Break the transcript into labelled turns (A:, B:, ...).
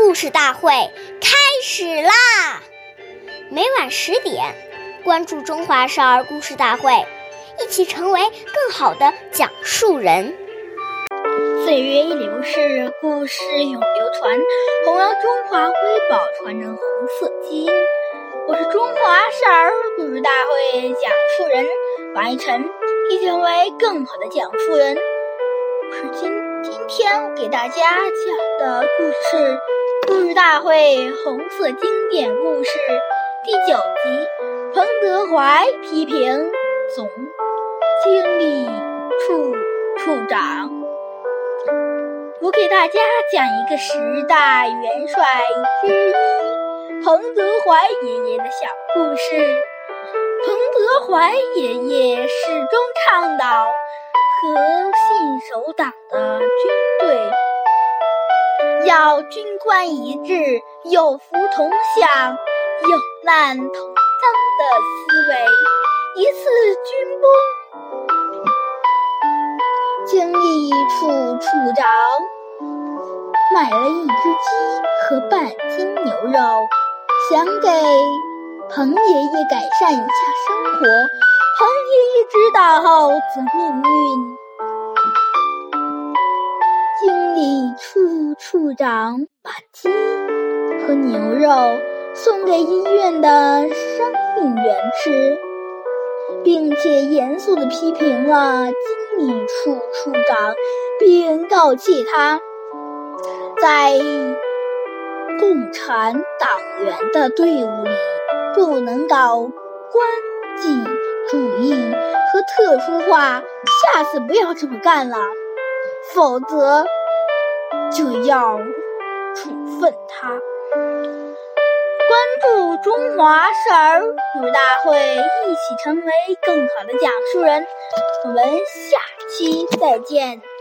A: 故事大会开始啦！每晚10点，关注中华少儿故事大会，一起成为更好的讲述人。
B: 岁月易流逝，故事永流传，弘扬中华瑰宝，传承红色基因。我是中华少儿故事大会讲述人王一晨，一起成为更好的讲述人。今天给大家讲的故事是故事大会红色经典故事第9集，彭德怀批评总经理处长。我给大家讲一个10大元帅之一彭德怀爷爷的小故事。彭德怀爷爷始终倡导和信守党的军队，要军官一致，有福同享，有难同当的思维。一次军崩，经理处长买了1只鸡和半斤牛肉，想给彭爷爷改善一下生活。彭爷爷知道后则命令经理处长把鸡和牛肉送给医院的伤病员吃，并且严肃地批评了经理处长，并告诫他在共产党员的队伍里不能搞官妓主义和特殊化，下次不要这么干了，否则就要处分他。关注中华少儿故事大会，一起成为更好的讲述人。我们下期再见。